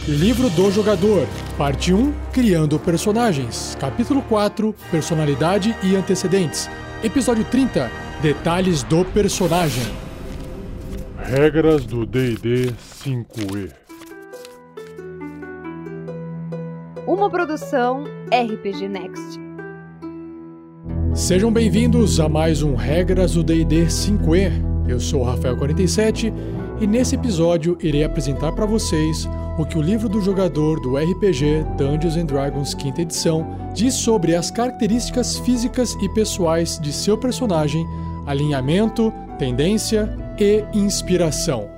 Livro do Jogador, Parte 1, Criando Personagens, Capítulo 4, Personalidade e Antecedentes, Episódio 30, Detalhes do Personagem. Regras do D&D 5e. Uma produção RPG Next. Sejam bem-vindos a mais um Regras do D&D 5e. Eu sou o Rafael47 e nesse episódio irei apresentar para vocês o que o livro do jogador do RPG Dungeons & Dragons 5ª edição diz sobre as características físicas e pessoais de seu personagem, alinhamento, tendência e inspiração.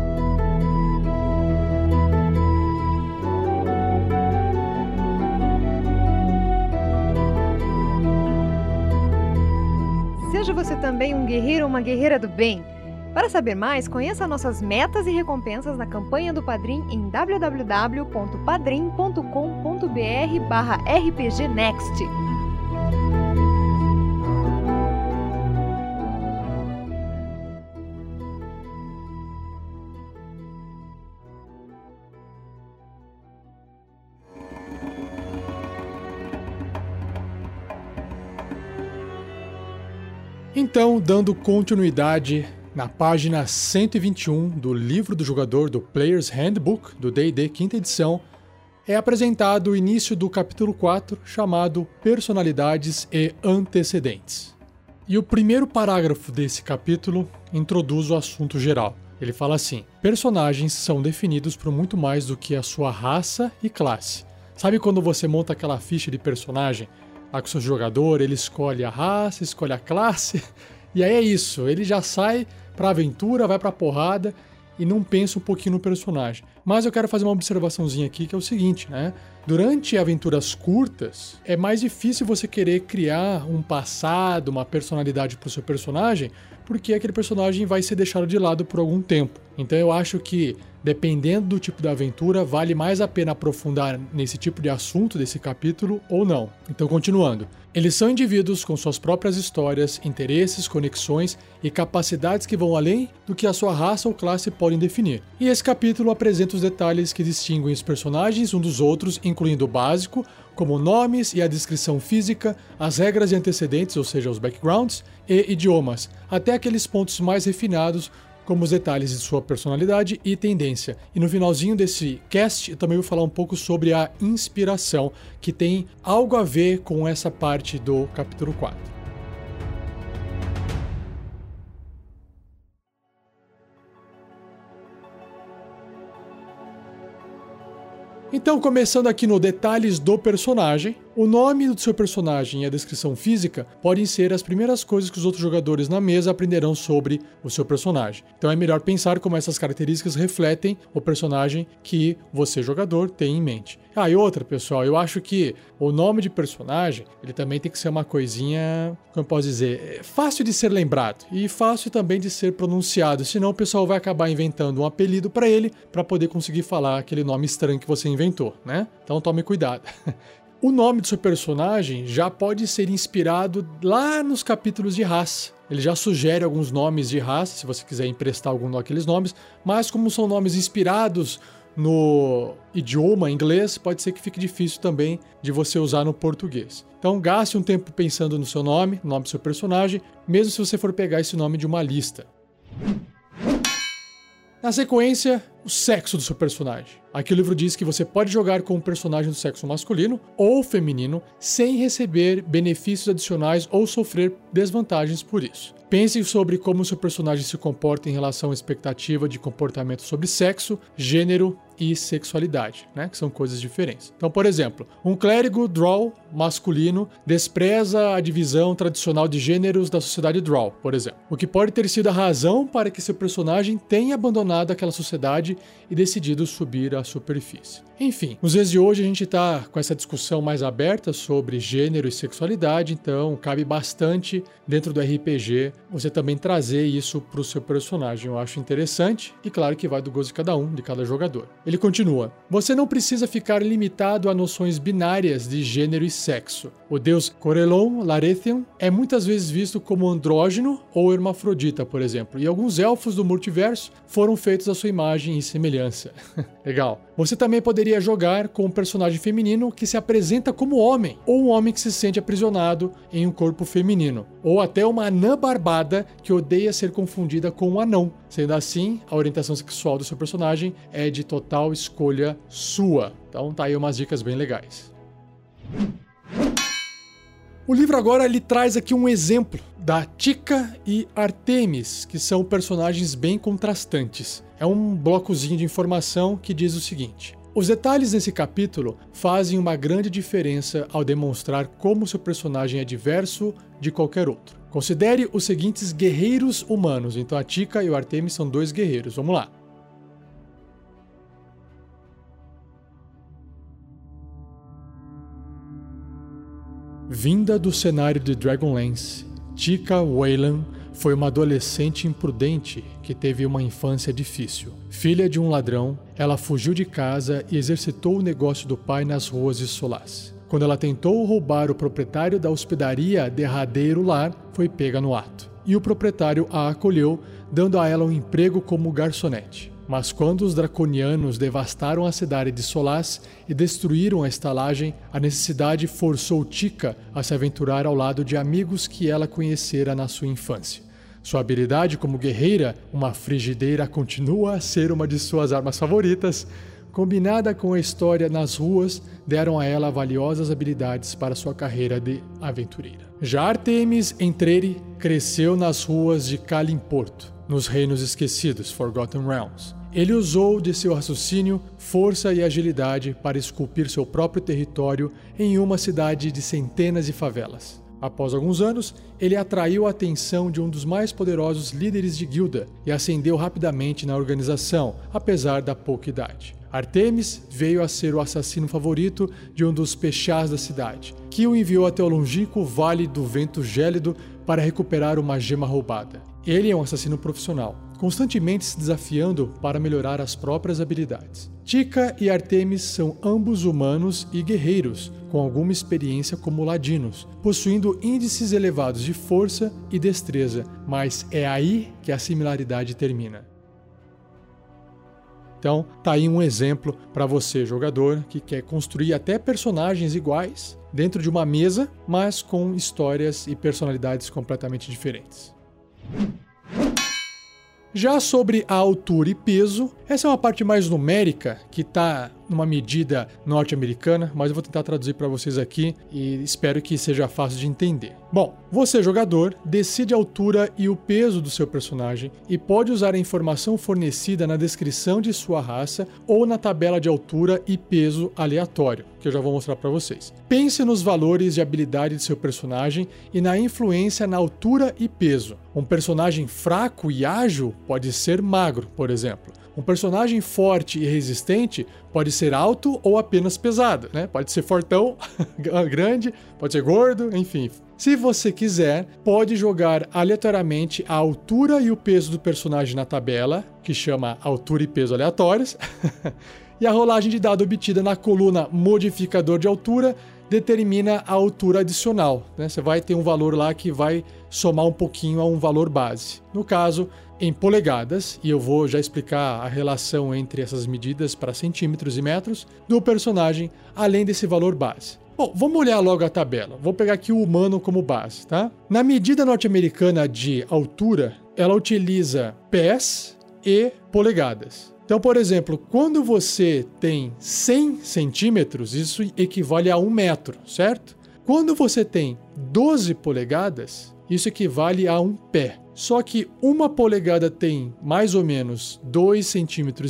Seja você também um guerreiro ou uma guerreira do bem. Para saber mais, conheça nossas metas e recompensas na campanha do Padrim em www.padrim.com.br/rpgnext. Então, dando continuidade na página 121 do livro do jogador do Player's Handbook do D&D 5ª edição, é apresentado o início do capítulo 4, chamado Personalidades e Antecedentes. E o primeiro parágrafo desse capítulo introduz o assunto geral. Ele fala assim: personagens são definidos por muito mais do que a sua raça e classe. Sabe quando você monta aquela ficha de personagem? Lá com o seu jogador, ele escolhe a raça, escolhe a classe, e aí é isso, ele já sai pra aventura, vai pra porrada e não pensa um pouquinho no personagem. Mas eu quero fazer uma observaçãozinha aqui, que é o seguinte, né? Durante aventuras curtas, é mais difícil você querer criar um passado, uma personalidade pro seu personagem, porque aquele personagem vai ser deixado de lado por algum tempo. Então eu acho que, dependendo do tipo da aventura, vale mais a pena aprofundar nesse tipo de assunto desse capítulo ou não. Então, continuando. Eles são indivíduos com suas próprias histórias, interesses, conexões e capacidades que vão além do que a sua raça ou classe podem definir. E esse capítulo apresenta os detalhes que distinguem os personagens uns dos outros, incluindo o básico, como nomes e a descrição física, as regras e antecedentes, ou seja, os backgrounds, e idiomas, até aqueles pontos mais refinados, como os detalhes de sua personalidade e tendência. E no finalzinho desse cast, eu também vou falar um pouco sobre a inspiração, que tem algo a ver com essa parte do capítulo 4. Então, começando aqui no detalhes do personagem, o nome do seu personagem e a descrição física podem ser as primeiras coisas que os outros jogadores na mesa aprenderão sobre o seu personagem. Então é melhor pensar como essas características refletem o personagem que você, jogador, tem em mente. Ah, e outra, pessoal, eu acho que o nome de personagem, ele também tem que ser uma coisinha, como eu posso dizer, fácil de ser lembrado e fácil também de ser pronunciado, senão o pessoal vai acabar inventando um apelido para ele, para poder conseguir falar aquele nome estranho que você inventou, né? Então tome cuidado. O nome do seu personagem já pode ser inspirado lá nos capítulos de raça. Ele já sugere alguns nomes de raça, se você quiser emprestar algum daqueles nomes, mas como são nomes inspirados no idioma inglês, pode ser que fique difícil também de você usar no português. Então gaste um tempo pensando no seu nome, no nome do seu personagem, mesmo se você for pegar esse nome de uma lista. Na sequência, o sexo do seu personagem. Aqui o livro diz que você pode jogar com um personagem do sexo masculino ou feminino sem receber benefícios adicionais ou sofrer desvantagens por isso. Pense sobre como o seu personagem se comporta em relação à expectativa de comportamento sobre sexo, gênero e sexualidade, né? Que são coisas diferentes. Então, por exemplo, um clérigo Drow masculino despreza a divisão tradicional de gêneros da sociedade Drow, por exemplo. O que pode ter sido a razão para que seu personagem tenha abandonado aquela sociedade e decidido subir à superfície. Enfim, nos dias de hoje a gente está com essa discussão mais aberta sobre gênero e sexualidade, então cabe bastante dentro do RPG você também trazer isso para o seu personagem. Eu acho interessante e claro que vai do gosto de cada um, de cada jogador. Ele continua: você não precisa ficar limitado a noções binárias de gênero e sexo. O deus Corellon Larethian é muitas vezes visto como andrógeno ou hermafrodita, por exemplo, e alguns elfos do multiverso foram feitos à sua imagem e semelhança. Legal. Você também poderia jogar com um personagem feminino que se apresenta como homem, ou um homem que se sente aprisionado em um corpo feminino, ou até uma anã barbada que odeia ser confundida com um anão. Sendo assim, a orientação sexual do seu personagem é de total escolha sua. Então tá aí umas dicas bem legais. O livro agora ele traz aqui um exemplo da Tika e Artemis, que são personagens bem contrastantes. É um blocozinho de informação que diz o seguinte: os detalhes nesse capítulo fazem uma grande diferença ao demonstrar como seu personagem é diverso de qualquer outro. Considere os seguintes guerreiros humanos. Então a Tika e o Artemis são 2 guerreiros. Vamos lá. Vinda do cenário de Dragonlance, Tika Waylan foi uma adolescente imprudente que teve uma infância difícil. Filha de um ladrão, ela fugiu de casa e exercitou o negócio do pai nas ruas de Solace. Quando ela tentou roubar o proprietário da hospedaria Derradeiro Lar, foi pega no ato. E o proprietário a acolheu, dando a ela um emprego como garçonete. Mas quando os draconianos devastaram a cidade de Solace e destruíram a estalagem, a necessidade forçou Tika a se aventurar ao lado de amigos que ela conhecera na sua infância. Sua habilidade como guerreira, uma frigideira, continua a ser uma de suas armas favoritas. Combinada com a história nas ruas, deram a ela valiosas habilidades para sua carreira de aventureira. Já Artemis Entreri cresceu nas ruas de Calimporto, nos Reinos Esquecidos, Forgotten Realms. Ele usou de seu raciocínio, força e agilidade para esculpir seu próprio território em uma cidade de centenas de favelas. Após alguns anos, ele atraiu a atenção de um dos mais poderosos líderes de guilda e ascendeu rapidamente na organização, apesar da pouca idade. Artemis veio a ser o assassino favorito de um dos pechás da cidade, que o enviou até o longínquo Vale do Vento Gélido para recuperar uma gema roubada. Ele é um assassino profissional, constantemente se desafiando para melhorar as próprias habilidades. Tika e Artemis são ambos humanos e guerreiros, com alguma experiência como ladinos, possuindo índices elevados de força e destreza, mas é aí que a similaridade termina. Então, tá aí um exemplo para você, jogador, que quer construir até personagens iguais dentro de uma mesa, mas com histórias e personalidades completamente diferentes. Já sobre a altura e peso, essa é uma parte mais numérica, que está numa medida norte-americana, mas eu vou tentar traduzir para vocês aqui e espero que seja fácil de entender. Bom, você, jogador, decide a altura e o peso do seu personagem e pode usar a informação fornecida na descrição de sua raça ou na tabela de altura e peso aleatório, que eu já vou mostrar para vocês. Pense nos valores de habilidade de seu personagem e na influência na altura e peso. Um personagem fraco e ágil pode ser magro, por exemplo. Um personagem forte e resistente pode ser alto ou apenas pesado, né? Pode ser fortão, grande, pode ser gordo, enfim. Se você quiser, pode jogar aleatoriamente a altura e o peso do personagem na tabela, que chama altura e peso aleatórios, e a rolagem de dado obtida na coluna modificador de altura determina a altura adicional, né? Você vai ter um valor lá que vai somar um pouquinho a um valor base. No caso, em polegadas, e eu vou já explicar a relação entre essas medidas para centímetros e metros do personagem, além desse valor base. Bom, vamos olhar logo a tabela. Vou pegar aqui o humano como base, tá? Na medida norte-americana de altura, ela utiliza pés e polegadas. Então, por exemplo, quando você tem 100 centímetros, isso equivale a 1 metro, certo? Quando você tem 12 polegadas, isso equivale a 1 pé. Só que 1 polegada tem mais ou menos 2,5 centímetros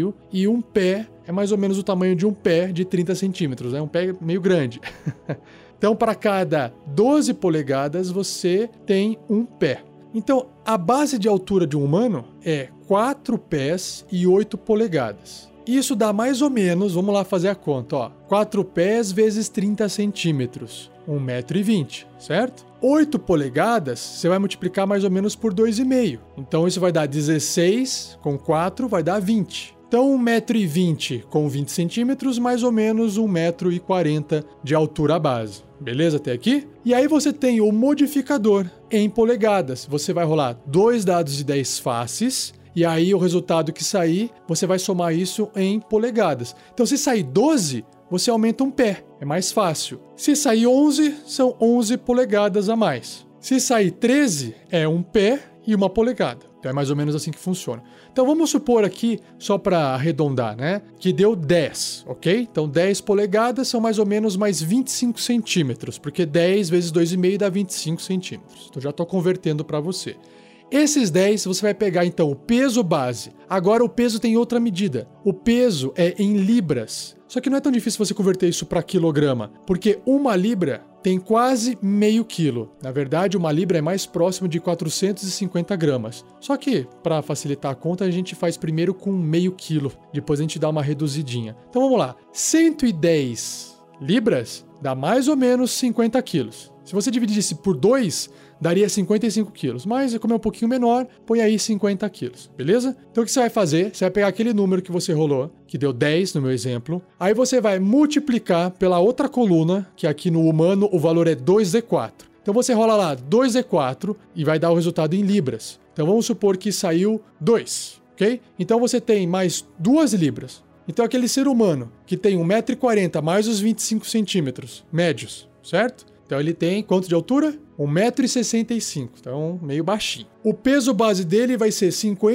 e 1 pé é mais ou menos o tamanho de um pé de 30 centímetros, né? Um pé meio grande. Então, para cada 12 polegadas, você tem 1 pé. Então, a base de altura de um humano é 4 pés e 8 polegadas. Isso dá mais ou menos, vamos lá fazer a conta, ó, 4 pés vezes 30 centímetros, 1,20 m, certo? 8 polegadas, você vai multiplicar mais ou menos por 2,5. Então, isso vai dar 16 com 4, vai dar 20. Então 1,20 m com 20 centímetros, mais ou menos 1,40 m de altura base. Beleza até aqui? E aí você tem o modificador em polegadas. Você vai rolar 2 dados de 10 faces, e aí o resultado que sair, você vai somar isso em polegadas. Então se sair 12, você aumenta um pé, é mais fácil. Se sair 11, são 11 polegadas a mais. Se sair 13, é um pé e uma polegada. Então é mais ou menos assim que funciona. Então vamos supor aqui, só para arredondar, né? Que deu 10, ok? Então 10 polegadas são mais ou menos mais 25 centímetros, porque 10 vezes 2,5 dá 25 centímetros. Então já estou convertendo para você. Esses 10 você vai pegar então o peso base. Agora o peso tem outra medida. O peso é em libras. Só que não é tão difícil você converter isso para quilograma, porque uma libra tem quase meio quilo. Na verdade, uma libra é mais próximo de 450 gramas. Só que, para facilitar a conta, a gente faz primeiro com meio quilo. Depois a gente dá uma reduzidinha. Então vamos lá. 110 libras dá mais ou menos 50 quilos. Se você dividisse por 2, daria 55 quilos. Mas como é um pouquinho menor, põe aí 50 quilos, beleza? Então o que você vai fazer? Você vai pegar aquele número que você rolou, que deu 10 no meu exemplo. Aí você vai multiplicar pela outra coluna, que aqui no humano o valor é 2D4. Então você rola lá 2D4 e vai dar o resultado em libras. Então vamos supor que saiu 2, ok? Então você tem mais 2 libras. Então aquele ser humano que tem 1,40 m mais os 25 centímetros médios, certo? Então ele tem quanto de altura? 1,65 m, então meio baixinho. O peso base dele vai ser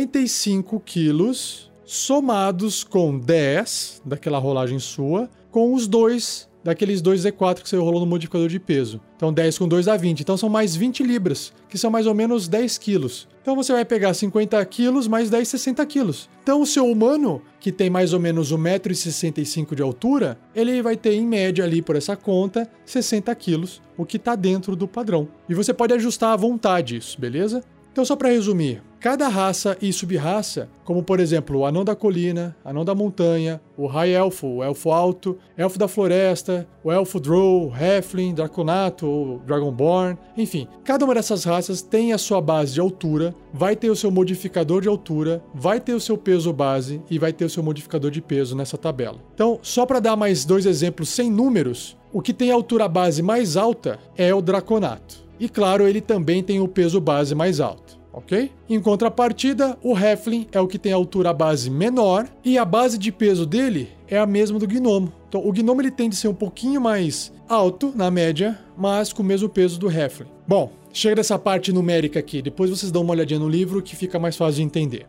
55 quilos, somados com 10, daquela rolagem sua, com os 2, daqueles 2D4 que você rolou no modificador de peso. Então 10 com 2 dá 20, então são mais 20 libras, que são mais ou menos 10 quilos. Então você vai pegar 50 quilos mais 10, 60 quilos. Então o seu humano, que tem mais ou menos 1,65 m de altura, ele vai ter em média ali por essa conta 60 quilos, o que está dentro do padrão. E você pode ajustar à vontade isso, beleza? Então só para resumir, cada raça e sub-raça, como por exemplo o anão da colina, anão da montanha, o high elfo, o elfo alto, elfo da floresta, o elfo drow, halfling, draconato ou dragonborn, enfim, cada uma dessas raças tem a sua base de altura, vai ter o seu modificador de altura, vai ter o seu peso base e vai ter o seu modificador de peso nessa tabela. Então, só para dar mais 2 exemplos sem números, o que tem a altura base mais alta é o draconato. E claro, ele também tem o peso base mais alto, ok? Em contrapartida, o halfling é o que tem a altura base menor e a base de peso dele é a mesma do gnomo. Então, o gnomo ele tende a ser um pouquinho mais alto, na média, mas com o mesmo peso do halfling. Bom, chega dessa parte numérica aqui, depois vocês dão uma olhadinha no livro que fica mais fácil de entender.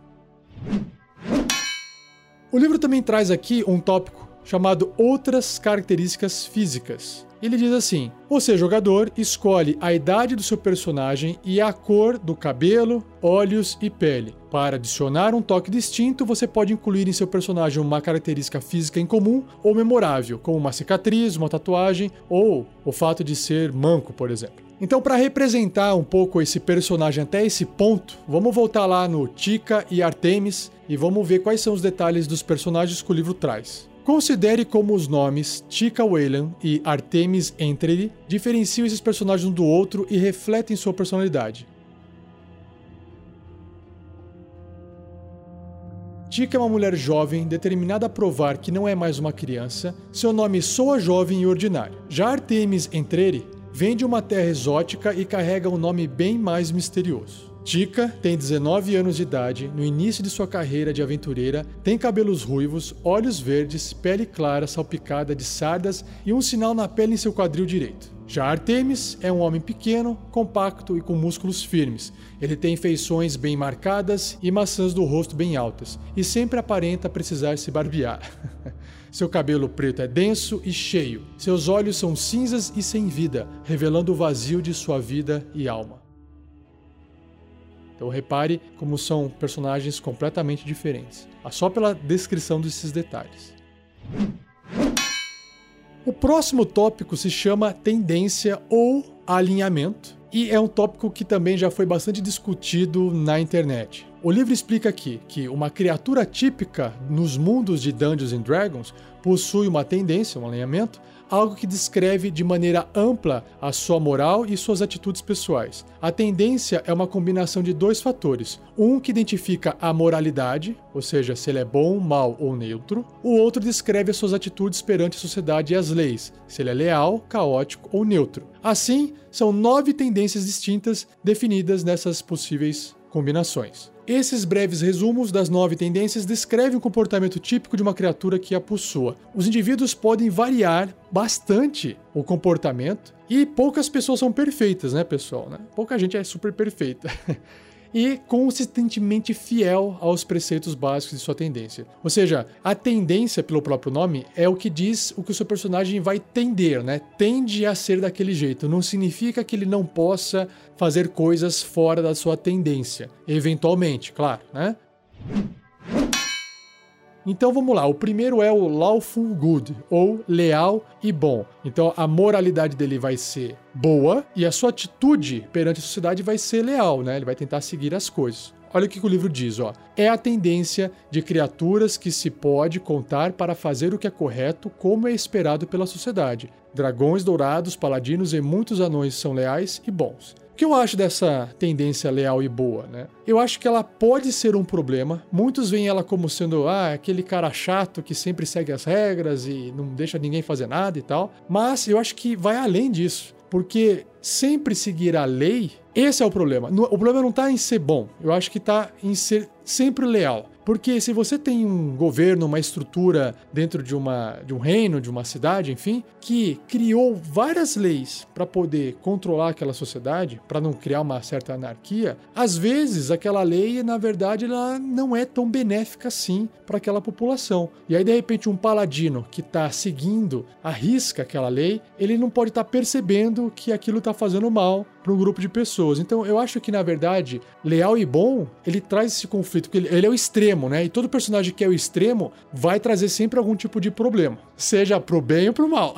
O livro também traz aqui um tópico chamado Outras Características Físicas. Ele diz assim: você, jogador, escolhe a idade do seu personagem e a cor do cabelo, olhos e pele. Para adicionar um toque distinto, você pode incluir em seu personagem uma característica física em comum ou memorável, como uma cicatriz, uma tatuagem ou o fato de ser manco, por exemplo. Então, para representar um pouco esse personagem até esse ponto, vamos voltar lá no Tika e Artemis e vamos ver quais são os detalhes dos personagens que o livro traz. Considere como os nomes Tika Weyland e Artemis Entreri diferenciam esses personagens um do outro e refletem sua personalidade. Tika é uma mulher jovem, determinada a provar que não é mais uma criança. Seu nome soa jovem e ordinário. Já Artemis Entreri vem de uma terra exótica e carrega um nome bem mais misterioso. Tika tem 19 anos de idade, no início de sua carreira de aventureira, tem cabelos ruivos, olhos verdes, pele clara salpicada de sardas e um sinal na pele em seu quadril direito. Já Artemis é um homem pequeno, compacto e com músculos firmes. Ele tem feições bem marcadas e maçãs do rosto bem altas, e sempre aparenta precisar se barbear. Seu cabelo preto é denso e cheio. Seus olhos são cinzas e sem vida, revelando o vazio de sua vida e alma. Então repare como são personagens completamente diferentes, só pela descrição desses detalhes. O próximo tópico se chama tendência ou alinhamento, e é um tópico que também já foi bastante discutido na internet. O livro explica aqui que uma criatura típica nos mundos de Dungeons and Dragons possui uma tendência, um alinhamento, algo que descreve de maneira ampla a sua moral e suas atitudes pessoais. A tendência é uma combinação de dois fatores. Um que identifica a moralidade, ou seja, se ele é bom, mau ou neutro. O outro descreve as suas atitudes perante a sociedade e as leis, se ele é leal, caótico ou neutro. Assim, são 9 tendências distintas definidas nessas possíveis combinações. Esses breves resumos das 9 tendências descrevem o comportamento típico de uma criatura que a possua. Os indivíduos podem variar bastante o comportamento e poucas pessoas são perfeitas, né, pessoal? Pouca gente é super perfeita. E consistentemente fiel aos preceitos básicos de sua tendência. Ou seja, a tendência, pelo próprio nome, é o que diz o que o seu personagem vai tender, né? Tende a ser daquele jeito. Não significa que ele não possa fazer coisas fora da sua tendência. Eventualmente, claro, né? Então vamos lá, o primeiro é o Lawful Good, ou leal e bom. Então a moralidade dele vai ser boa e a sua atitude perante a sociedade vai ser leal, né? Ele vai tentar seguir as coisas. Olha o que o livro diz, ó. É a tendência de criaturas que se pode contar para fazer o que é correto, como é esperado pela sociedade. Dragões dourados, paladinos e muitos anões são leais e bons. O que eu acho dessa tendência leal e boa, né? Eu acho que ela pode ser um problema. Muitos veem ela como sendo aquele cara chato que sempre segue as regras e não deixa ninguém fazer nada e tal. Mas eu acho que vai além disso. Porque sempre seguir a lei, esse é o problema. O problema não está em ser bom. Eu acho que está em ser sempre leal. Porque se você tem um governo, uma estrutura dentro de um reino, de uma cidade, enfim, que criou várias leis para poder controlar aquela sociedade, para não criar uma certa anarquia, às vezes aquela lei, na verdade, ela não é tão benéfica assim para aquela população. E aí, de repente, um paladino que está seguindo à risca aquela lei, ele não pode estar percebendo que aquilo está fazendo mal para um grupo de pessoas. Então, eu acho que, na verdade, leal e bom, ele traz esse conflito, porque ele é o extremo, né? E todo personagem que é o extremo vai trazer sempre algum tipo de problema, seja pro bem ou pro mal.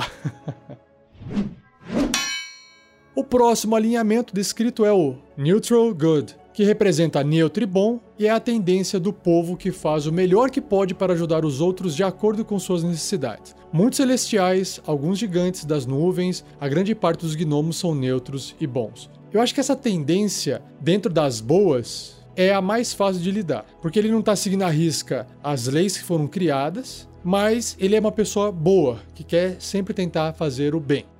O próximo alinhamento descrito é o Neutral Good, que representa neutro e bom e é a tendência do povo que faz o melhor que pode para ajudar os outros de acordo com suas necessidades. Muitos celestiais, alguns gigantes das nuvens, a grande parte dos gnomos são neutros e bons. Eu acho que essa tendência, dentro das boas, é a mais fácil de lidar, porque ele não está seguindo à risca as leis que foram criadas, mas ele é uma pessoa boa, que quer sempre tentar fazer o bem.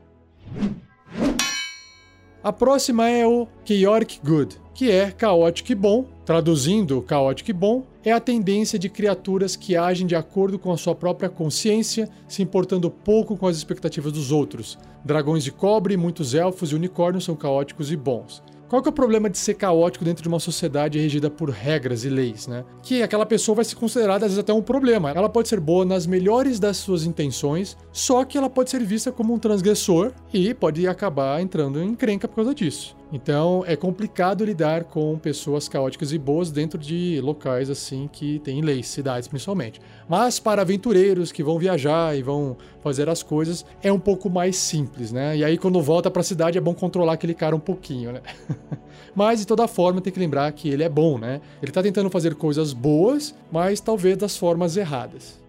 A próxima é o Chaotic Good, que é caótico e bom. Traduzindo, caótico e bom é a tendência de criaturas que agem de acordo com a sua própria consciência, se importando pouco com as expectativas dos outros. Dragões de cobre, muitos elfos e unicórnios são caóticos e bons. Qual que é o problema de ser caótico dentro de uma sociedade regida por regras e leis, né? Que aquela pessoa vai ser considerada, às vezes, até um problema. Ela pode ser boa nas melhores das suas intenções, só que ela pode ser vista como um transgressor e pode acabar entrando em encrenca por causa disso. Então, é complicado lidar com pessoas caóticas e boas dentro de locais assim que tem leis, cidades principalmente. Mas para aventureiros que vão viajar e vão fazer as coisas, é um pouco mais simples, né? E aí, quando volta para a cidade, é bom controlar aquele cara um pouquinho, né? Mas, de toda forma, tem que lembrar que ele é bom, né? Ele tá tentando fazer coisas boas, mas talvez das formas erradas.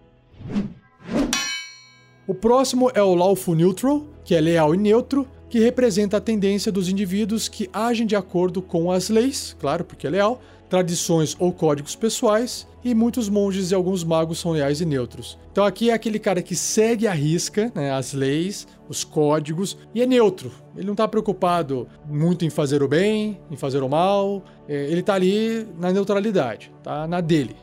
O próximo é o Lawful Neutral, que é leal e neutro, que representa a tendência dos indivíduos que agem de acordo com as leis, claro, porque é leal, tradições ou códigos pessoais, e muitos monges e alguns magos são leais e neutros. Então aqui é aquele cara que segue à risca, né, as leis, os códigos, e é neutro. Ele não está preocupado muito em fazer o bem, em fazer o mal, ele está ali na neutralidade, tá na dele.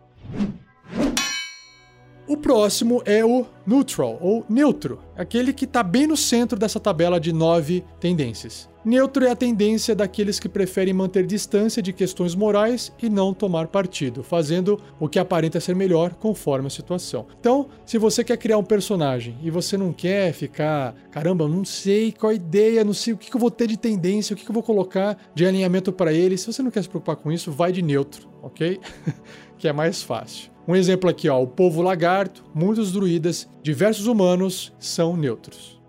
O próximo é o Neutral, ou neutro, aquele que está bem no centro dessa tabela de 9 tendências. Neutro é a tendência daqueles que preferem manter distância de questões morais e não tomar partido, fazendo o que aparenta ser melhor conforme a situação. Então, se você quer criar um personagem e você não quer ficar, caramba, não sei qual a ideia, não sei o que eu vou ter de tendência, o que eu vou colocar de alinhamento para ele, se você não quer se preocupar com isso, vai de neutro, ok? Que é mais fácil. Um exemplo aqui, ó, o povo lagarto, muitos druidas, diversos humanos são neutros.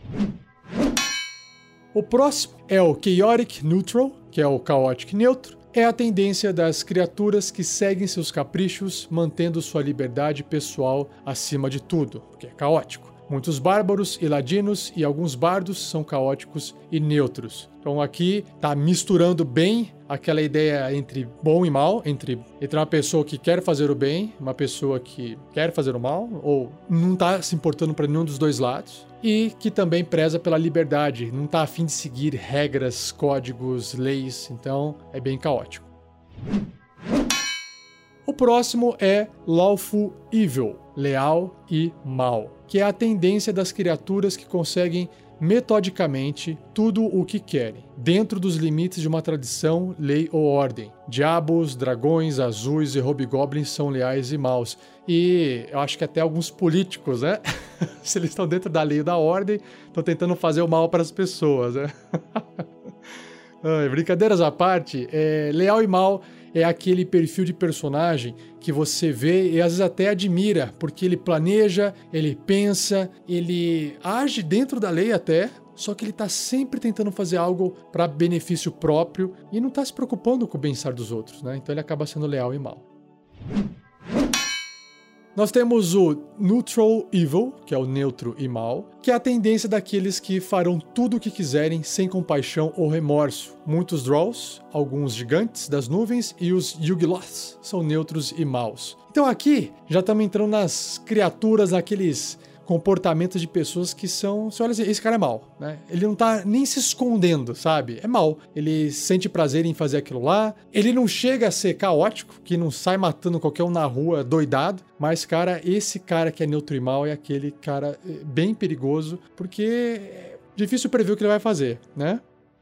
O próximo é o Chaotic Neutral, que é o caótico neutro. é a tendência das criaturas que seguem seus caprichos, mantendo sua liberdade pessoal acima de tudo, porque é caótico. Muitos bárbaros e ladinos e alguns bardos são caóticos e neutros. Então aqui está misturando bem aquela ideia entre bom e mal, entre uma pessoa que quer fazer o bem, uma pessoa que quer fazer o mal, ou não está se importando para nenhum dos dois lados, e que também preza pela liberdade, não está a fim de seguir regras, códigos, leis, então é bem caótico. O próximo é Lawful Evil, leal e mal, que é a tendência das criaturas que conseguem metodicamente tudo o que querem, dentro dos limites de uma tradição, lei ou ordem. Diabos, dragões, azuis e hobgoblins são leais e maus. E eu acho que até alguns políticos, né? Se eles estão dentro da lei e da ordem, estão tentando fazer o mal para as pessoas, né? Brincadeiras à parte, leal e mal é aquele perfil de personagem que você vê e às vezes até admira, porque ele planeja, ele pensa, ele age dentro da lei até, só que ele está sempre tentando fazer algo para benefício próprio e não está se preocupando com o bem-estar dos outros, né? Então ele acaba sendo leal e mal. Nós temos o Neutral Evil, que é o neutro e mal, que é a tendência daqueles que farão tudo o que quiserem sem compaixão ou remorso. Muitos Drolls, alguns gigantes das nuvens e os Yugoloths são neutros e maus. Então aqui já estamos entrando nas criaturas, naqueles comportamentos de pessoas que são... Você olha assim, esse cara é mau, né? Ele não tá nem se escondendo, sabe? É mau. Ele sente prazer em fazer aquilo lá. Ele não chega a ser caótico, que não sai matando qualquer um na rua doidado. Mas, cara, esse cara que é neutro e mal é aquele cara bem perigoso, porque é difícil prever o que ele vai fazer, né?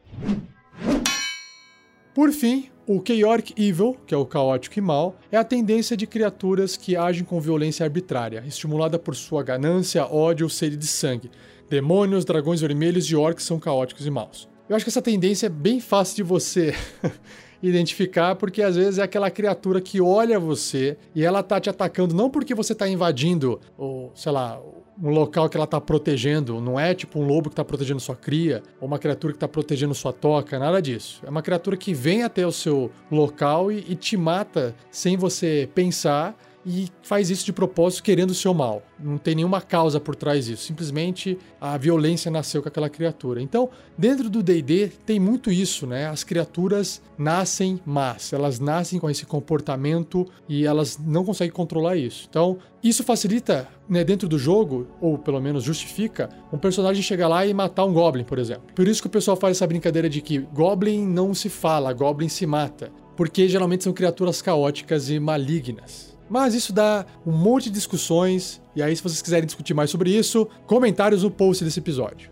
Por fim, o Chaotic Evil, que é o caótico e mal, é a tendência de criaturas que agem com violência arbitrária, estimulada por sua ganância, ódio ou sede de sangue. Demônios, dragões vermelhos e orcs são caóticos e maus. Eu acho que essa tendência é bem fácil de você identificar, porque às vezes é aquela criatura que olha você e ela tá te atacando não porque você tá invadindo, ou sei lá, um local que ela tá protegendo, não é tipo um lobo que tá protegendo sua cria, ou uma criatura que tá protegendo sua toca, nada disso. É uma criatura que vem até o seu local e te mata sem você pensar e faz isso de propósito querendo o seu mal. Não tem nenhuma causa por trás disso, simplesmente a violência nasceu com aquela criatura. Então, dentro do D&D tem muito isso, né? As criaturas nascem más, elas nascem com esse comportamento e elas não conseguem controlar isso. Então, isso facilita, né, dentro do jogo, ou pelo menos justifica, um personagem chegar lá e matar um Goblin, por exemplo. Por isso que o pessoal faz essa brincadeira de que Goblin não se fala, Goblin se mata, porque geralmente são criaturas caóticas e malignas. Mas isso dá um monte de discussões, e aí se vocês quiserem discutir mais sobre isso, comentários no post desse episódio.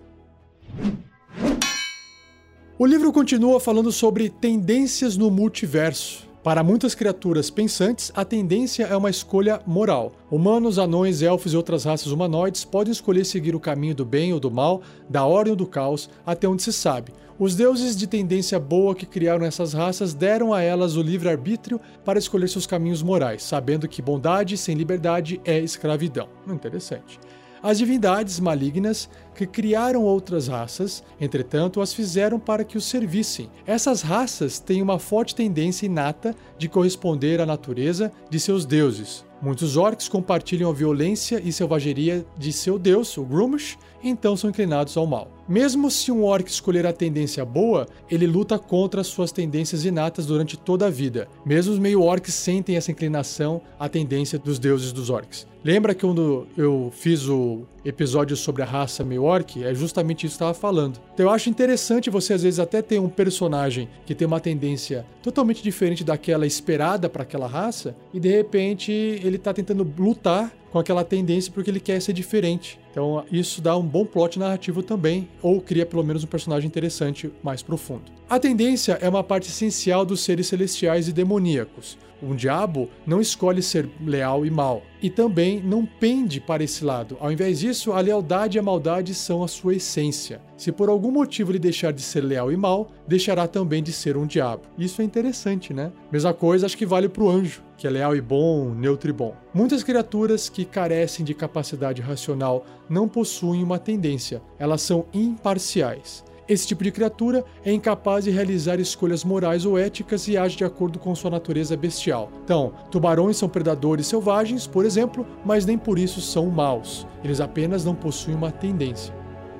O livro continua falando sobre tendências no multiverso. Para muitas criaturas pensantes, a tendência é uma escolha moral. Humanos, anões, elfos e outras raças humanoides podem escolher seguir o caminho do bem ou do mal, da ordem ou do caos, até onde se sabe. Os deuses de tendência boa que criaram essas raças deram a elas o livre-arbítrio para escolher seus caminhos morais, sabendo que bondade sem liberdade é escravidão. Interessante. As divindades malignas que criaram outras raças, entretanto, as fizeram para que os servissem. Essas raças têm uma forte tendência inata de corresponder à natureza de seus deuses. Muitos orcs compartilham a violência e selvageria de seu deus, o Gruumsh, e então são inclinados ao mal. Mesmo se um orc escolher a tendência boa, ele luta contra suas tendências inatas durante toda a vida. Mesmo os meio-orcs sentem essa inclinação à tendência dos deuses dos orcs. Lembra que quando eu fiz o episódio sobre a raça meio-orc, é justamente isso que eu estava falando. Então eu acho interessante você às vezes até ter um personagem que tem uma tendência totalmente diferente daquela esperada para aquela raça, e de repente ele está tentando lutar com aquela tendência porque ele quer ser diferente. Então isso dá um bom plot narrativo também, ou cria pelo menos um personagem interessante mais profundo. A tendência é uma parte essencial dos seres celestiais e demoníacos. Um diabo não escolhe ser leal e mau, e também não pende para esse lado. Ao invés disso, a lealdade e a maldade são a sua essência. Se por algum motivo ele deixar de ser leal e mau, deixará também de ser um diabo. Isso é interessante, né? Mesma coisa acho que vale para o anjo, que é leal e bom, neutro e bom. Muitas criaturas que carecem de capacidade racional não possuem uma tendência, elas são imparciais. esse tipo de criatura é incapaz de realizar escolhas morais ou éticas e age de acordo com sua natureza bestial. Então, tubarões são predadores selvagens, por exemplo, mas nem por isso são maus. Eles apenas não possuem uma tendência.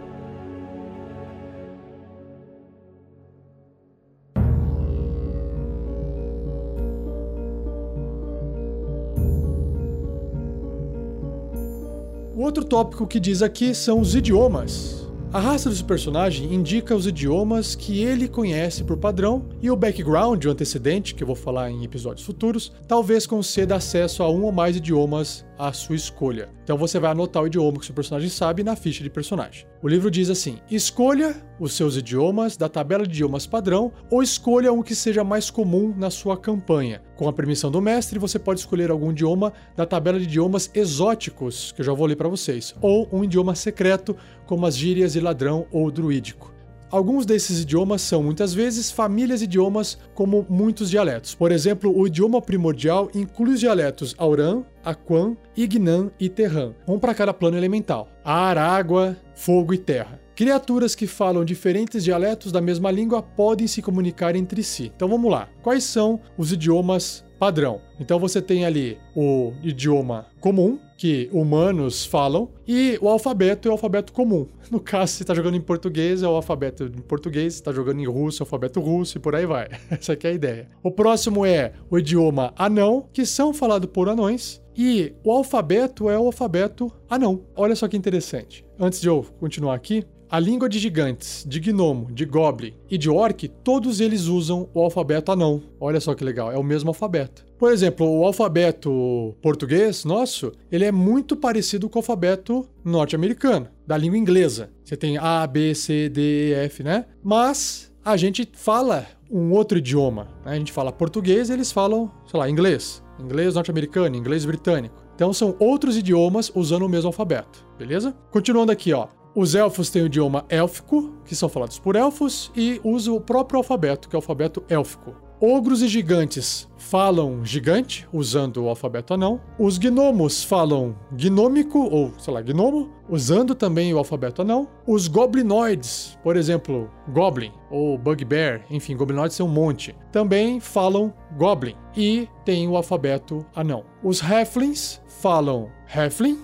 O outro tópico que diz aqui são os idiomas. A raça desse personagem indica os idiomas que ele conhece por padrão e o background, o antecedente, que eu vou falar em episódios futuros, talvez conceda acesso a um ou mais idiomas à sua escolha. Então você vai anotar o idioma que o seu personagem sabe na ficha de personagem. O livro diz assim: escolha os seus idiomas da tabela de idiomas padrão ou escolha um que seja mais comum na sua campanha. Com a permissão do mestre, você pode escolher algum idioma da tabela de idiomas exóticos, que eu já vou ler para vocês, ou um idioma secreto, como as gírias de ladrão ou druídico. Alguns desses idiomas são, muitas vezes, famílias de idiomas como muitos dialetos. Por exemplo, o idioma primordial inclui os dialetos Auran, Aquan, Ignan e Terran, um para cada plano elemental: ar, água, fogo e terra. Criaturas que falam diferentes dialetos da mesma língua podem se comunicar entre si. Então vamos lá. Quais são os idiomas padrão? Então você tem ali o idioma comum, que humanos falam, e o alfabeto é o alfabeto comum. No caso, se está jogando em português, é o alfabeto em português, se está jogando em russo, é o alfabeto russo, e por aí vai. Essa aqui é a ideia. O próximo é o idioma anão, que são falados por anões, e o alfabeto é o alfabeto anão. Olha só que interessante. Antes de eu continuar aqui, a língua de gigantes, de gnomo, de goblin e de orc, todos eles usam o alfabeto anão. Olha só que legal, é o mesmo alfabeto. Por exemplo, o alfabeto português nosso, ele é muito parecido com o alfabeto norte-americano, da língua inglesa. Você tem A, B, C, D, E, F, né? Mas a gente fala um outro idioma, né? A gente fala português e eles falam, sei lá, inglês. Inglês norte-americano, inglês britânico. Então são outros idiomas usando o mesmo alfabeto, beleza? Continuando aqui, ó. Os elfos têm o idioma élfico, que são falados por elfos, e usam o próprio alfabeto, que é o alfabeto élfico. Ogros e gigantes falam gigante, usando o alfabeto anão. Os gnomos falam gnômico, ou, sei lá, gnomo, usando também o alfabeto anão. Os goblinoides, por exemplo, goblin ou bugbear, enfim, goblinoides são um monte, também falam goblin e tem o alfabeto anão. Os halflings falam halfling,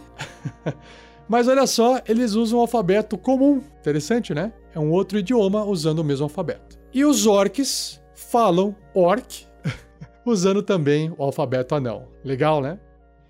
mas olha só, eles usam o alfabeto comum. Interessante, né? É um outro idioma usando o mesmo alfabeto. E os orcs falam orc, usando também o alfabeto anão. Legal, né?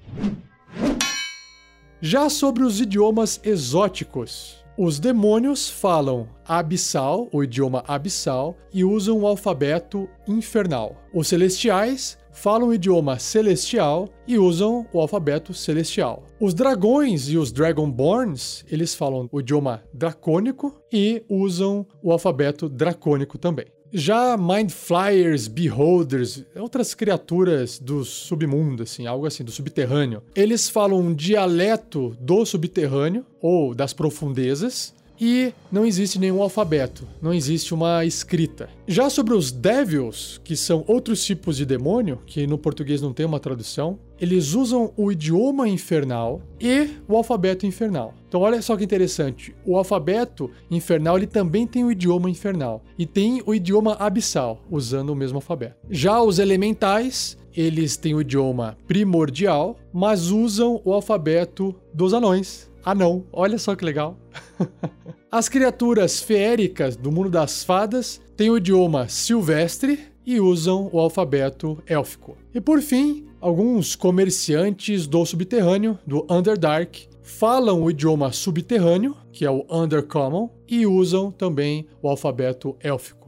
Já sobre os idiomas exóticos, os demônios falam abissal, o idioma abissal, e usam o alfabeto infernal. Os celestiais falam o idioma celestial e usam o alfabeto celestial. Os dragões e os dragonborns, eles falam o idioma dracônico e usam o alfabeto dracônico também. Já Mind Flayers, Beholders, outras criaturas do submundo, assim, algo assim, do subterrâneo, eles falam um dialeto do subterrâneo ou das profundezas e não existe nenhum alfabeto, não existe uma escrita. Já sobre os Devils, que são outros tipos de demônio, que no português não tem uma tradução, eles usam o idioma infernal e o alfabeto infernal. Então olha só que interessante, o alfabeto infernal ele também tem o idioma infernal e tem o idioma abissal, usando o mesmo alfabeto. Já os elementais, eles têm o idioma primordial, mas usam o alfabeto dos anões. Anão, olha só que legal. As criaturas feéricas do mundo das fadas têm o idioma silvestre e usam o alfabeto élfico. E por fim, alguns comerciantes do subterrâneo, do Underdark, falam o idioma subterrâneo, que é o Undercommon, e usam também o alfabeto élfico.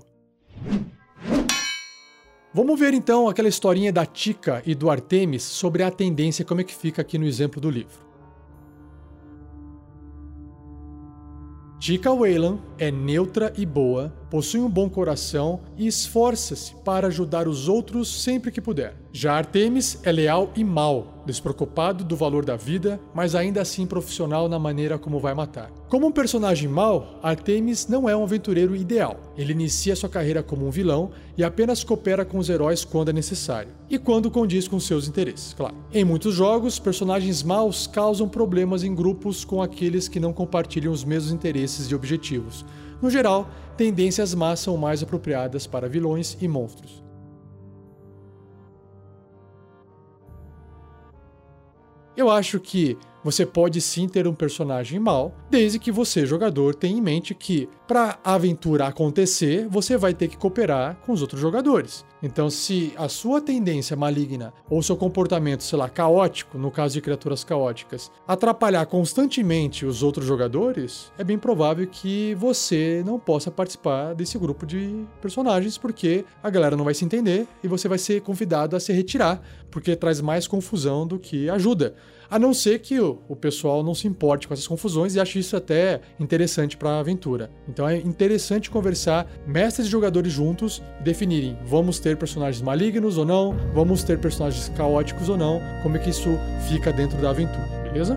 Vamos ver então aquela historinha da Tika e do Artemis sobre a tendência, como é que fica aqui no exemplo do livro. Tika Wayland é neutra e boa, possui um bom coração e esforça-se para ajudar os outros sempre que puder. Já Artemis é leal e mau, despreocupado do valor da vida, mas ainda assim profissional na maneira como vai matar. Como um personagem mau, Artemis não é um aventureiro ideal. Ele inicia sua carreira como um vilão e apenas coopera com os heróis quando é necessário, e quando condiz com seus interesses, claro. Em muitos jogos, personagens maus causam problemas em grupos com aqueles que não compartilham os mesmos interesses e objetivos, No geral, tendências más são mais apropriadas para vilões e monstros. Eu acho que você pode sim ter um personagem mau, desde que você, jogador, tenha em mente que, para a aventura acontecer, você vai ter que cooperar com os outros jogadores. Então, se a sua tendência maligna ou seu comportamento, sei lá, caótico, no caso de criaturas caóticas, atrapalhar constantemente os outros jogadores, é bem provável que você não possa participar desse grupo de personagens, porque a galera não vai se entender e você vai ser convidado a se retirar, porque traz mais confusão do que ajuda. A não ser que o pessoal não se importe com essas confusões e ache isso até interessante para a aventura. Então é interessante conversar, mestres e jogadores juntos, definirem, vamos ter personagens malignos ou não, vamos ter personagens caóticos ou não, como é que isso fica dentro da aventura, beleza?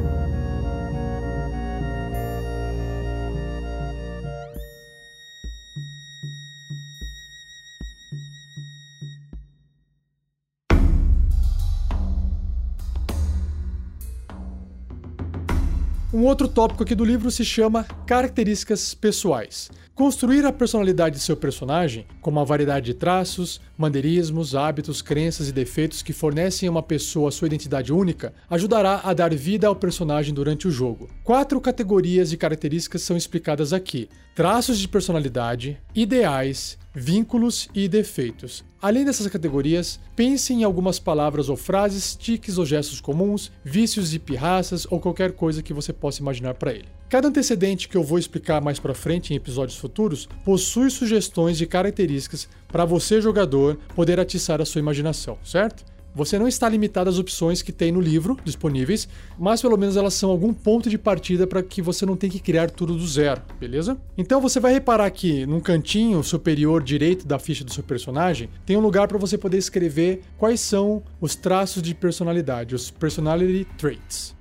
Um outro tópico aqui do livro se chama características pessoais. Construir a personalidade de seu personagem, como a variedade de traços, maneirismos, hábitos, crenças e defeitos que fornecem a uma pessoa sua identidade única, ajudará a dar vida ao personagem durante o jogo. 4 categorias de características são explicadas aqui: traços de personalidade, ideais, vínculos e defeitos. Além dessas categorias, pense em algumas palavras ou frases, tiques ou gestos comuns, vícios e pirraças ou qualquer coisa que você possa imaginar para ele. Cada antecedente que eu vou explicar mais para frente em episódios futuros possui sugestões de características para você, jogador, poder atiçar a sua imaginação, certo? Você não está limitado às opções que tem no livro disponíveis, mas pelo menos elas são algum ponto de partida para que você não tenha que criar tudo do zero, beleza? Então você vai reparar que num cantinho superior direito da ficha do seu personagem tem um lugar para você poder escrever quais são os traços de personalidade, os personality traits.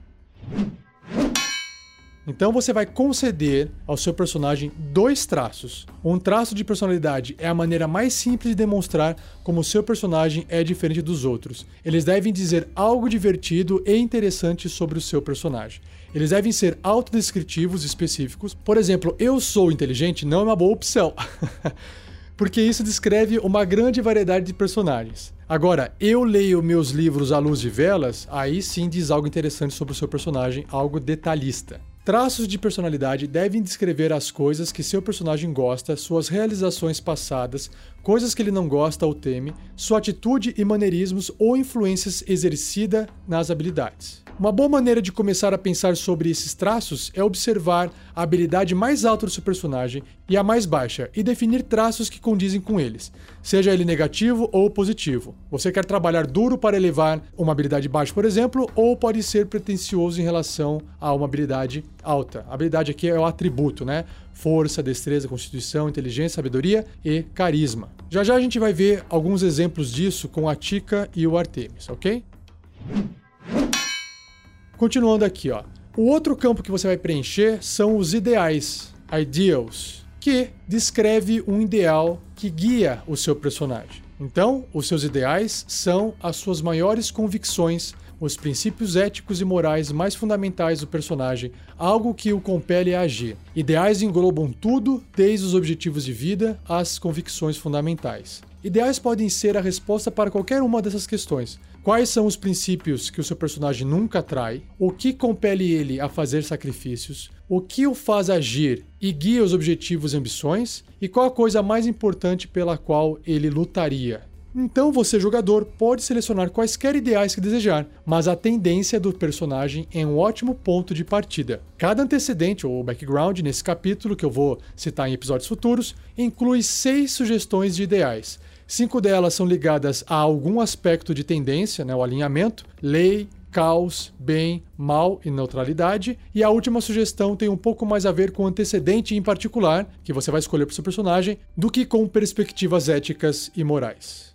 Então você vai conceder ao seu personagem 2 traços. Um traço de personalidade é a maneira mais simples de demonstrar como o seu personagem é diferente dos outros. Eles devem dizer algo divertido e interessante sobre o seu personagem. Eles devem ser autodescritivos específicos. Por exemplo, eu sou inteligente não é uma boa opção. Porque isso descreve uma grande variedade de personagens. Agora, eu leio meus livros à luz de velas, aí sim diz algo interessante sobre o seu personagem, algo detalhista. Traços de personalidade devem descrever as coisas que seu personagem gosta, suas realizações passadas, coisas que ele não gosta ou teme, sua atitude e maneirismos ou influências exercida nas habilidades. Uma boa maneira de começar a pensar sobre esses traços é observar a habilidade mais alta do seu personagem e a mais baixa e definir traços que condizem com eles, seja ele negativo ou positivo. Você quer trabalhar duro para elevar uma habilidade baixa, por exemplo, ou pode ser pretensioso em relação a uma habilidade alta. A habilidade aqui é o atributo, né? Força, destreza, constituição, inteligência, sabedoria e carisma. Já já a gente vai ver alguns exemplos disso com a Tika e o Artemis, ok? Continuando aqui, ó. O outro campo que você vai preencher são os ideais, ideals, que descreve um ideal que guia o seu personagem. Então, os seus ideais são as suas maiores convicções, os princípios éticos e morais mais fundamentais do personagem, algo que o compele a agir. Ideais englobam tudo, desde os objetivos de vida às convicções fundamentais. Ideais podem ser a resposta para qualquer uma dessas questões. Quais são os princípios que o seu personagem nunca trai? O que compele ele a fazer sacrifícios? O que o faz agir e guia os objetivos e ambições? E qual a coisa mais importante pela qual ele lutaria? Então você, jogador, pode selecionar quaisquer ideais que desejar, mas a tendência do personagem é um ótimo ponto de partida. Cada antecedente ou background nesse capítulo, que eu vou citar em episódios futuros, inclui 6 sugestões de ideais. 5 delas são ligadas a algum aspecto de tendência, né, o alinhamento, lei, caos, bem, mal e neutralidade. E a última sugestão tem um pouco mais a ver com o antecedente em particular, que você vai escolher para o seu personagem, do que com perspectivas éticas e morais.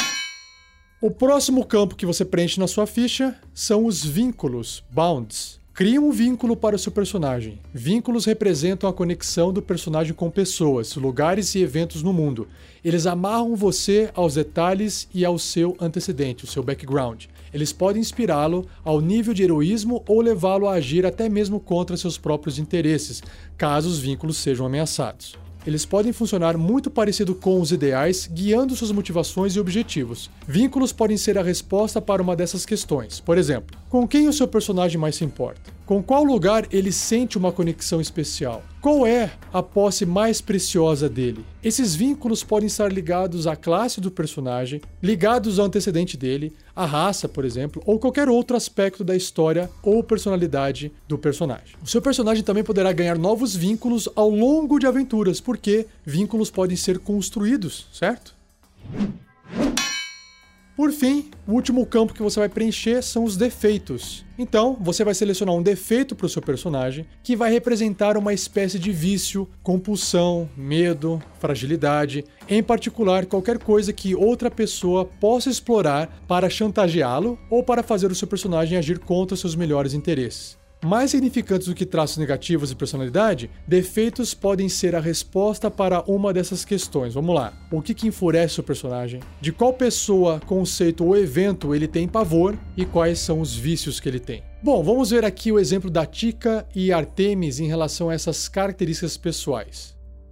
O próximo campo que você preenche na sua ficha são os vínculos, bounds. Crie um vínculo para o seu personagem. Vínculos representam a conexão do personagem com pessoas, lugares e eventos no mundo. Eles amarram você aos detalhes e ao seu antecedente, o seu background. Eles podem inspirá-lo ao nível de heroísmo ou levá-lo a agir até mesmo contra seus próprios interesses, caso os vínculos sejam ameaçados. Eles podem funcionar muito parecido com os ideais, guiando suas motivações e objetivos. Vínculos podem ser a resposta para uma dessas questões. Por exemplo, com quem o seu personagem mais se importa? Com qual lugar ele sente uma conexão especial? Qual é a posse mais preciosa dele? Esses vínculos podem estar ligados à classe do personagem, ligados ao antecedente dele, à raça, por exemplo, ou qualquer outro aspecto da história ou personalidade do personagem. O seu personagem também poderá ganhar novos vínculos ao longo de aventuras, porque vínculos podem ser construídos, certo? Por fim, o último campo que você vai preencher são os defeitos. Então, você vai selecionar um defeito para o seu personagem que vai representar uma espécie de vício, compulsão, medo, fragilidade, em particular qualquer coisa que outra pessoa possa explorar para chantageá-lo ou para fazer o seu personagem agir contra seus melhores interesses. Mais significantes do que traços negativos de personalidade, defeitos podem ser a resposta para uma dessas questões. Vamos lá. O que enfurece o personagem? De qual pessoa, conceito ou evento ele tem pavor? E quais são os vícios que ele tem? Bom, vamos ver aqui o exemplo da Tika e Artemis em relação a essas características pessoais.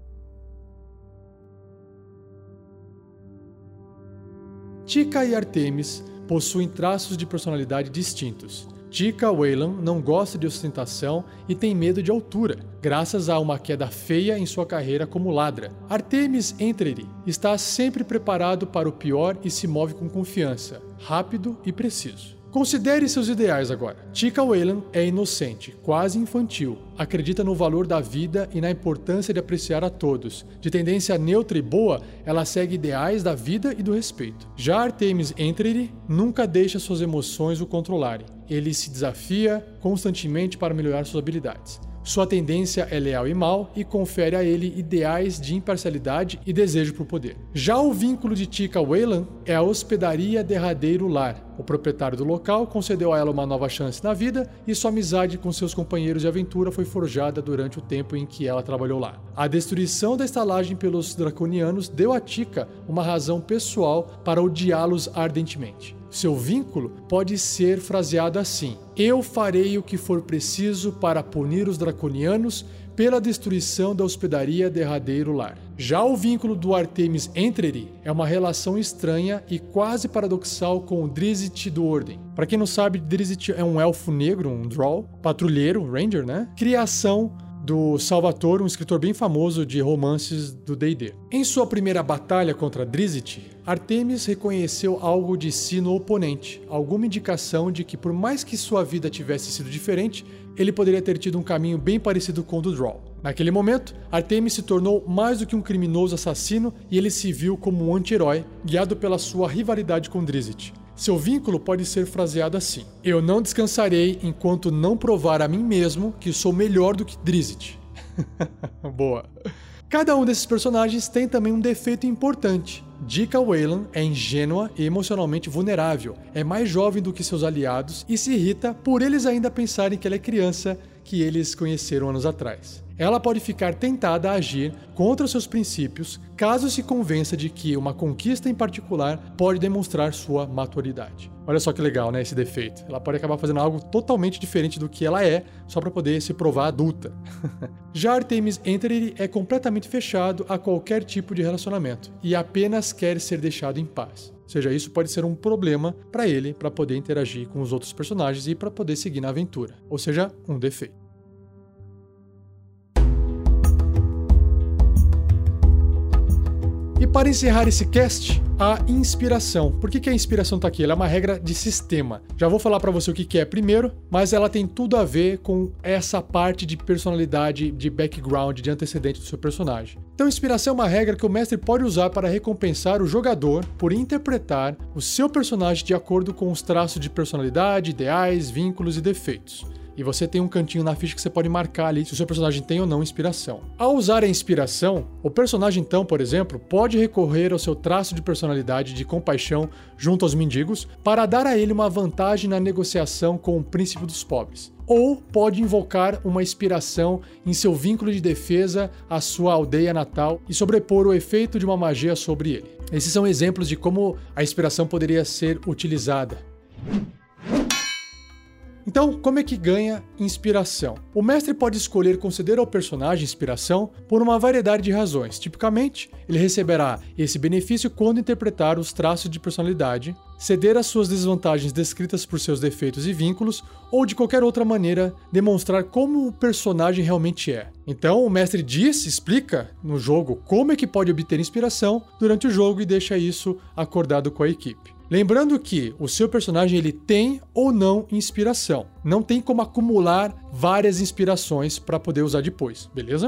Tika e Artemis possuem traços de personalidade distintos. Tika Wayland não gosta de ostentação e tem medo de altura, graças a uma queda feia em sua carreira como ladra. Artemis Entreri está sempre preparado para o pior e se move com confiança, rápido e preciso. Considere seus ideais agora. Tika Wayland é inocente, quase infantil, acredita no valor da vida e na importância de apreciar a todos. De tendência neutra e boa, ela segue ideais da vida e do respeito. Já Artemis Entreri nunca deixa suas emoções o controlarem. Ele se desafia constantemente para melhorar suas habilidades. Sua tendência é leal e mal e confere a ele ideais de imparcialidade e desejo por poder. Já o vínculo de Tika Wayland é a hospedaria Derradeiro Lar. O proprietário do local concedeu a ela uma nova chance na vida e sua amizade com seus companheiros de aventura foi forjada durante o tempo em que ela trabalhou lá. A destruição da estalagem pelos draconianos deu a Tika uma razão pessoal para odiá-los ardentemente. Seu vínculo pode ser fraseado assim: eu farei o que for preciso para punir os draconianos pela destruição da hospedaria Derradeiro Lar. Já o vínculo do Artemis Entreri é uma relação estranha e quase paradoxal com o Drizzt do Ordem. Para quem não sabe, Drizzt é um elfo negro, um drow, patrulheiro, ranger, né? Criação do Salvatore, um escritor bem famoso de romances do D&D. Em sua primeira batalha contra Drizzt, Artemis reconheceu algo de si no oponente, alguma indicação de que por mais que sua vida tivesse sido diferente, ele poderia ter tido um caminho bem parecido com o do Drow. Naquele momento, Artemis se tornou mais do que um criminoso assassino e ele se viu como um anti-herói, guiado pela sua rivalidade com Drizzt. Seu vínculo pode ser fraseado assim: eu não descansarei enquanto não provar a mim mesmo que sou melhor do que Drizzt. Boa. Cada um desses personagens tem também um defeito importante. Tika Wayland é ingênua e emocionalmente vulnerável, é mais jovem do que seus aliados e se irrita por eles ainda pensarem que ela é criança que eles conheceram anos atrás. Ela pode ficar tentada a agir contra seus princípios caso se convença de que uma conquista em particular pode demonstrar sua maturidade. Olha só que legal, né, esse defeito. Ela pode acabar fazendo algo totalmente diferente do que ela é, só para poder se provar adulta. Já Artemis Entreri é completamente fechado a qualquer tipo de relacionamento e apenas quer ser deixado em paz. Ou seja, isso pode ser um problema para ele, para poder interagir com os outros personagens e para poder seguir na aventura. Ou seja, um defeito. E para encerrar esse cast, a inspiração. Por que a inspiração está aqui? Ela é uma regra de sistema. Já vou falar para você o que é primeiro, mas ela tem tudo a ver com essa parte de personalidade, de background, de antecedente do seu personagem. Então, inspiração é uma regra que o mestre pode usar para recompensar o jogador por interpretar o seu personagem de acordo com os traços de personalidade, ideais, vínculos e defeitos. e você tem um cantinho na ficha que você pode marcar ali se o seu personagem tem ou não inspiração. Ao usar a inspiração, o personagem então, por exemplo, pode recorrer ao seu traço de personalidade de compaixão junto aos mendigos para dar a ele uma vantagem na negociação com o príncipe dos pobres. Ou pode invocar uma inspiração em seu vínculo de defesa à sua aldeia natal e sobrepor o efeito de uma magia sobre ele. Esses são exemplos de como a inspiração poderia ser utilizada. Então, como é que ganha inspiração? O mestre pode escolher conceder ao personagem inspiração por uma variedade de razões. Tipicamente, ele receberá esse benefício quando interpretar os traços de personalidade, ceder às suas desvantagens descritas por seus defeitos e vínculos, ou de qualquer outra maneira demonstrar como o personagem realmente é. Então, o mestre explica no jogo como é que pode obter inspiração durante o jogo e deixa isso acordado com a equipe. Lembrando que o seu personagem ele tem ou não inspiração. Não tem como acumular várias inspirações para poder usar depois, beleza?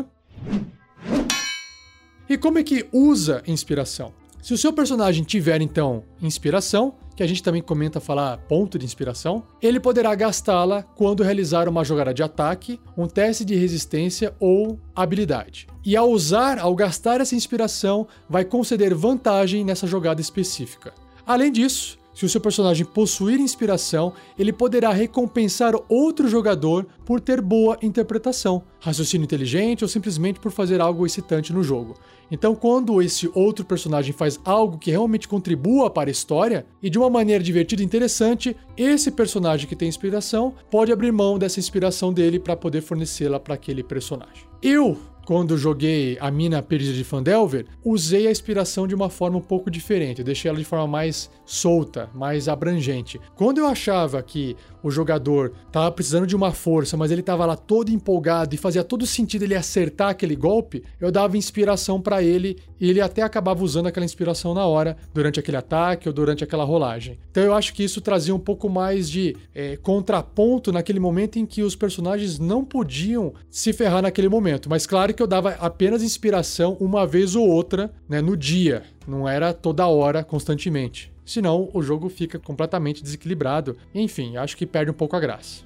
E como é que usa inspiração? Se o seu personagem tiver, então, inspiração, que a gente também comenta falar ponto de inspiração, ele poderá gastá-la quando realizar uma jogada de ataque, um teste de resistência ou habilidade. E ao gastar essa inspiração, vai conceder vantagem nessa jogada específica. Além disso, se o seu personagem possuir inspiração, ele poderá recompensar outro jogador por ter boa interpretação, raciocínio inteligente ou simplesmente por fazer algo excitante no jogo. Então, quando esse outro personagem faz algo que realmente contribua para a história e de uma maneira divertida e interessante, esse personagem que tem inspiração pode abrir mão dessa inspiração dele para poder fornecê-la para aquele personagem. Quando joguei a Mina Perdida de Phandelver, usei a inspiração de uma forma um pouco diferente. Eu deixei ela de forma mais solta, mais abrangente. Quando eu achava que o jogador estava precisando de uma força, mas ele estava lá todo empolgado e fazia todo sentido ele acertar aquele golpe, eu dava inspiração para ele e ele até acabava usando aquela inspiração na hora, durante aquele ataque ou durante aquela rolagem. Então eu acho que isso trazia um pouco mais de contraponto naquele momento em que os personagens não podiam se ferrar naquele momento. Mas claro que eu dava apenas inspiração uma vez ou outra, né, no dia, não era toda hora, constantemente. Senão o jogo fica completamente desequilibrado. Enfim, acho que perde um pouco a graça.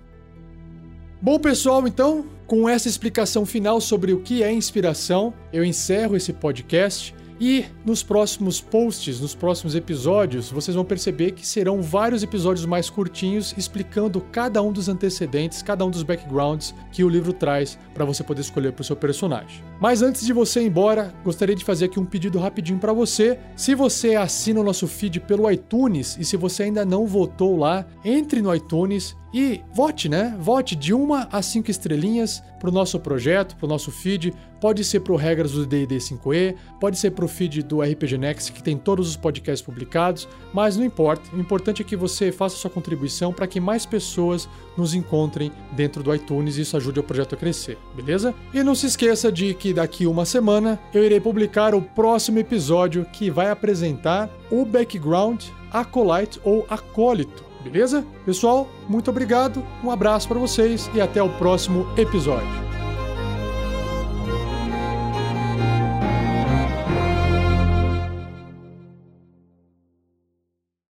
Bom, pessoal, então, com essa explicação final sobre o que é inspiração, eu encerro esse podcast. E nos próximos posts, nos próximos episódios, vocês vão perceber que serão vários episódios mais curtinhos explicando cada um dos antecedentes, cada um dos backgrounds que o livro traz para você poder escolher para o seu personagem. Mas antes de você ir embora, gostaria de fazer aqui um pedido rapidinho para você. Se você assina o nosso feed pelo iTunes e se você ainda não votou lá, entre no iTunes e vote, né? Vote de 1 a 5 estrelinhas para o nosso projeto, para o nosso feed. Pode ser para o Regras do D&D 5e, pode ser para o feed do RPG Next, que tem todos os podcasts publicados, mas não importa. O importante é que você faça sua contribuição para que mais pessoas nos encontrem dentro do iTunes e isso ajude o projeto a crescer, beleza? E não se esqueça de que daqui uma semana eu irei publicar o próximo episódio que vai apresentar o background Acolyte ou Acólito. Beleza? Pessoal, muito obrigado, um abraço para vocês e até o próximo episódio.